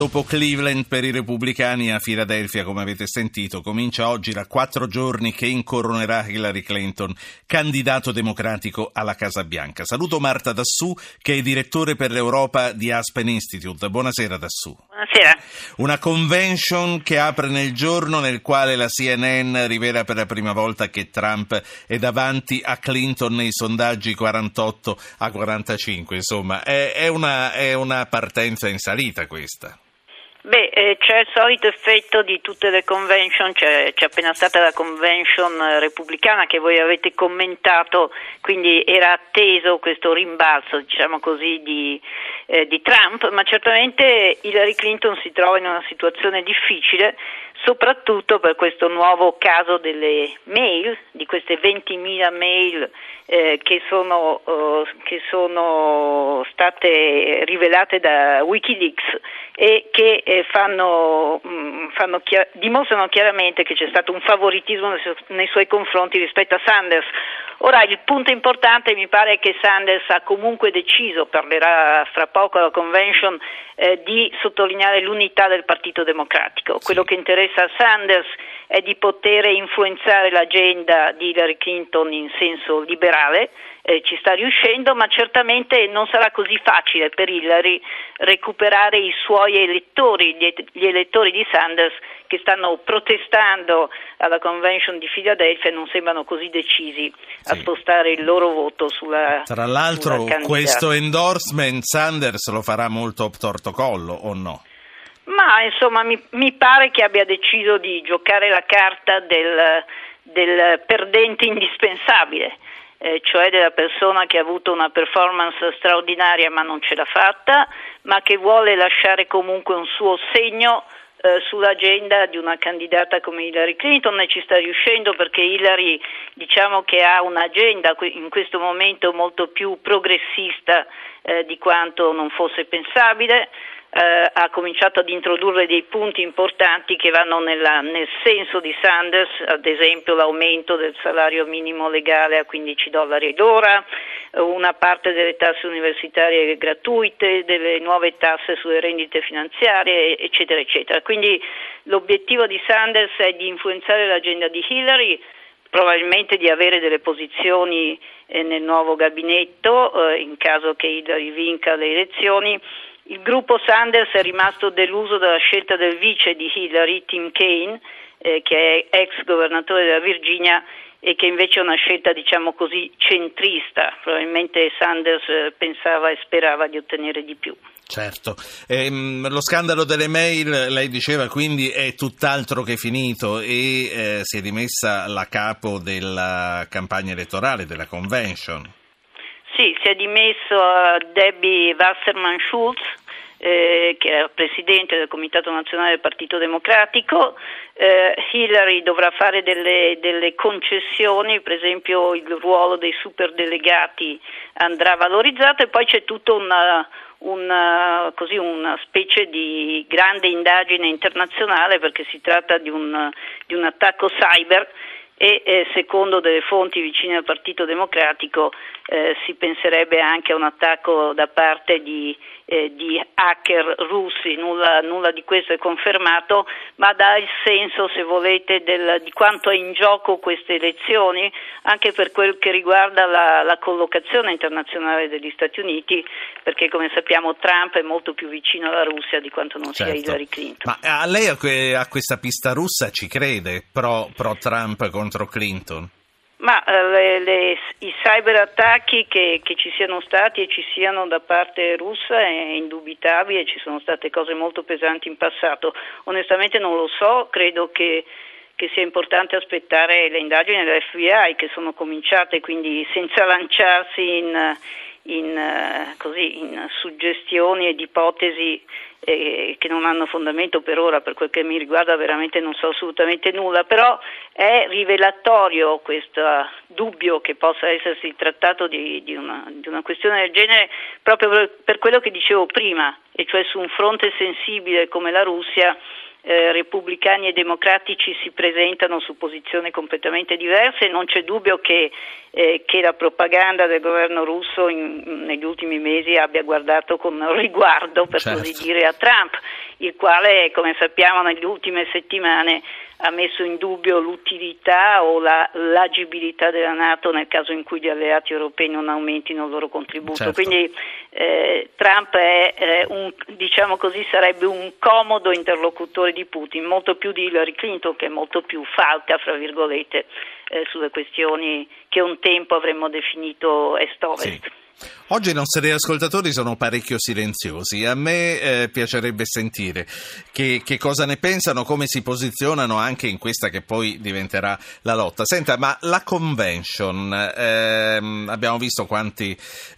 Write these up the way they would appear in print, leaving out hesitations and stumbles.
Dopo Cleveland per i repubblicani, a Filadelfia, come avete sentito, comincia oggi da 4 giorni che incoronerà Hillary Clinton, candidato democratico alla Casa Bianca. Saluto Marta Dassù, che è direttore per l'Europa di Aspen Institute. Buonasera Dassù. Buonasera. Una convention che apre nel giorno nel quale la CNN rivela per la prima volta che Trump è davanti a Clinton nei sondaggi 48-45. Insomma, è una partenza in salita questa. C'è il solito effetto di tutte le convention, c'è appena stata la convention repubblicana che voi avete commentato, quindi era atteso questo rimbalzo, diciamo così, di Trump, ma certamente Hillary Clinton si trova in una situazione difficile, soprattutto per questo nuovo caso delle mail, di queste 20.000 mail che sono state rivelate da Wikileaks e che dimostrano chiaramente che c'è stato un favoritismo nei suoi confronti rispetto a Sanders. Ora il punto importante mi pare che Sanders ha comunque deciso, parlerà fra poco alla convention, di sottolineare l'unità del Partito Democratico. Quello che interessa a Sanders è di poter influenzare l'agenda di Hillary Clinton in senso liberale, ci sta riuscendo, ma certamente non sarà così facile per Hillary recuperare i suoi elettori, gli elettori di Sanders che stanno protestando alla convention di Filadelfia e non sembrano così decisi a spostare il loro voto sulla Tra l'altro sulla questo endorsement Sanders lo farà molto obtortocollo o no? Ma insomma mi pare che abbia deciso di giocare la carta del perdente indispensabile, cioè della persona che ha avuto una performance straordinaria ma non ce l'ha fatta, ma che vuole lasciare comunque un suo segno sull'agenda di una candidata come Hillary Clinton, e ci sta riuscendo perché Hillary, diciamo che ha un'agenda in questo momento molto più progressista di quanto non fosse pensabile. Ha cominciato ad introdurre dei punti importanti che vanno nel senso di Sanders, ad esempio l'aumento del salario minimo legale a $15 l'ora, una parte delle tasse universitarie gratuite, delle nuove tasse sulle rendite finanziarie, eccetera, eccetera. Quindi l'obiettivo di Sanders è di influenzare l'agenda di Hillary, probabilmente di avere delle posizioni nel nuovo gabinetto in caso che Hillary vinca le elezioni. Il gruppo Sanders è rimasto deluso dalla scelta del vice di Hillary, Tim Kaine, che è ex governatore della Virginia e che invece è una scelta, diciamo così, centrista. Probabilmente Sanders pensava e sperava di ottenere di più. Certo. Lo scandalo delle mail, lei diceva, quindi è tutt'altro che finito e si è dimessa la capo della campagna elettorale, della convention. Sì, si è dimesso Debbie Wasserman Schultz, che è presidente del Comitato Nazionale del Partito Democratico. Hillary dovrà fare delle concessioni, per esempio il ruolo dei superdelegati andrà valorizzato, e poi c'è tutta una specie di grande indagine internazionale perché si tratta di un attacco cyber. E secondo delle fonti vicine al Partito Democratico si penserebbe anche a un attacco da parte di hacker russi. Nulla di questo è confermato, ma dà il senso, se volete, di quanto è in gioco queste elezioni, anche per quel che riguarda la collocazione internazionale degli Stati Uniti, perché come sappiamo Trump è molto più vicino alla Russia di quanto non sia Hillary Clinton. Ma lei a questa pista russa ci crede, pro Trump contro Clinton? Ma i cyberattacchi che ci siano stati e ci siano da parte russa è indubitabile, ci sono state cose molto pesanti in passato. Onestamente non lo so, credo che sia importante aspettare le indagini dell'FBI che sono cominciate, quindi senza lanciarsi in suggestioni ed ipotesi che non hanno fondamento per ora. Per quel che mi riguarda veramente non so assolutamente nulla, però è rivelatorio questo dubbio che possa essersi trattato di una questione del genere, proprio per quello che dicevo prima, e cioè su un fronte sensibile come la Russia repubblicani e democratici si presentano su posizioni completamente diverse. Non c'è dubbio che la propaganda del governo russo negli ultimi mesi abbia guardato con riguardo, per così dire, a Trump, il quale, come sappiamo, nelle ultime settimane ha messo in dubbio l'utilità o l'agibilità della NATO nel caso in cui gli alleati europei non aumentino il loro contributo. Certo. Quindi Trump è diciamo così, sarebbe un comodo interlocutore di Putin, molto più di Hillary Clinton, che è molto più falca, fra virgolette, sulle questioni che un tempo avremmo definito est-ovest. Sì. Oggi i nostri ascoltatori sono parecchio silenziosi. A me piacerebbe sentire che cosa ne pensano, come si posizionano anche in questa che poi diventerà la lotta. Senta, ma la convention, abbiamo visto quanti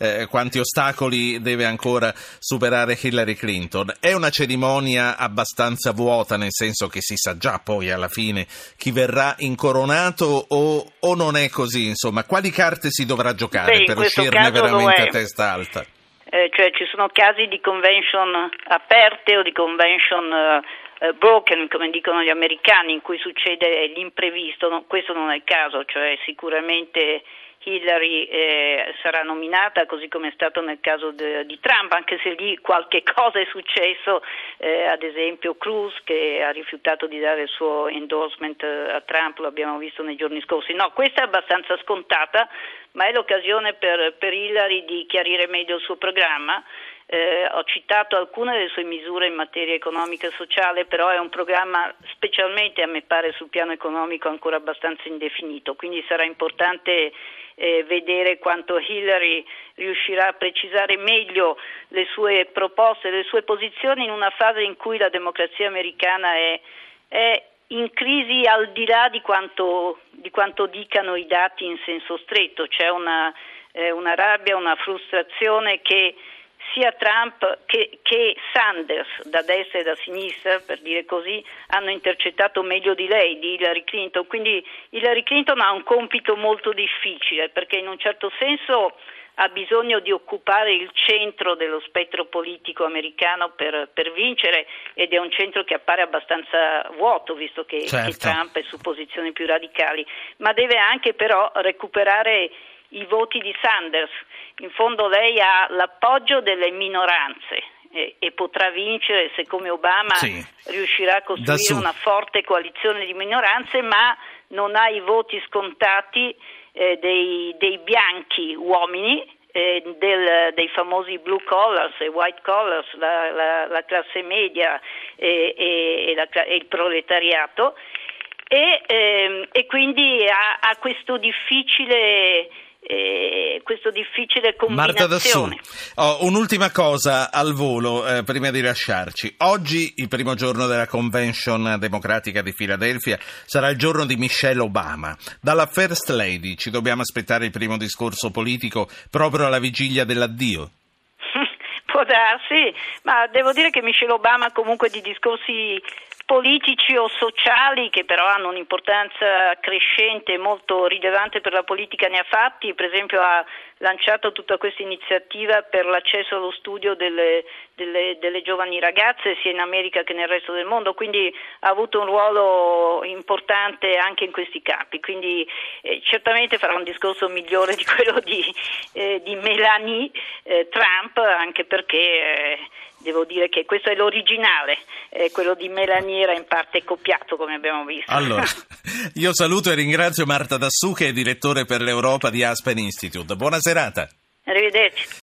ostacoli deve ancora superare Hillary Clinton. È una cerimonia abbastanza vuota, nel senso che si sa già poi alla fine chi verrà incoronato, o non è così? Insomma, quali carte si dovrà giocare per uscirne veramente a testa alta? Cioè ci sono casi di convention aperte o di convention broken, come dicono gli americani, in cui succede l'imprevisto. No, questo non è il caso, cioè sicuramente Hillary sarà nominata, così come è stato nel caso di Trump, anche se lì qualche cosa è successo, ad esempio Cruz, che ha rifiutato di dare il suo endorsement a Trump, lo abbiamo visto nei giorni scorsi. No, questa è abbastanza scontata, ma è l'occasione per Hillary di chiarire meglio il suo programma. Ho citato alcune delle sue misure in materia economica e sociale, però è un programma, specialmente a me pare sul piano economico, ancora abbastanza indefinito, quindi sarà importante vedere quanto Hillary riuscirà a precisare meglio le sue proposte, le sue posizioni in una fase in cui la democrazia americana è in crisi, al di là di quanto dicano i dati in senso stretto. C'è una rabbia, una frustrazione che sia Trump che Sanders, da destra e da sinistra, per dire così, hanno intercettato meglio di lei, di Hillary Clinton. Quindi Hillary Clinton ha un compito molto difficile, perché in un certo senso ha bisogno di occupare il centro dello spettro politico americano per vincere, ed è un centro che appare abbastanza vuoto, visto che Trump è su posizioni più radicali, ma deve anche però recuperare i voti di Sanders. In fondo lei ha l'appoggio delle minoranze e potrà vincere se, come Obama, riuscirà a costruire una forte coalizione di minoranze, ma non ha i voti scontati dei bianchi uomini, dei famosi blue collars e white collars, la classe media e il proletariato, e quindi ha questo difficile combinazione. Marta Dassù, un'ultima cosa al volo prima di lasciarci. Oggi, il primo giorno della Convention democratica di Filadelfia, sarà il giorno di Michelle Obama. Dalla First Lady ci dobbiamo aspettare il primo discorso politico proprio alla vigilia dell'addio? Può darsi, ma devo dire che Michelle Obama comunque di discorsi politici o sociali, che però hanno un'importanza crescente, molto rilevante per la politica, ne ha fatti. Per esempio ha lanciato tutta questa iniziativa per l'accesso allo studio delle giovani ragazze, sia in America che nel resto del mondo, quindi ha avuto un ruolo importante anche in questi campi. Quindi certamente farà un discorso migliore di quello di Melanie Trump, anche perché devo dire che questo è l'originale, quello di Melanie era in parte copiato, come abbiamo visto. Allora, io saluto e ringrazio Marta Dassù, che è direttore per l'Europa di Aspen Institute. Buona serata. Arrivederci.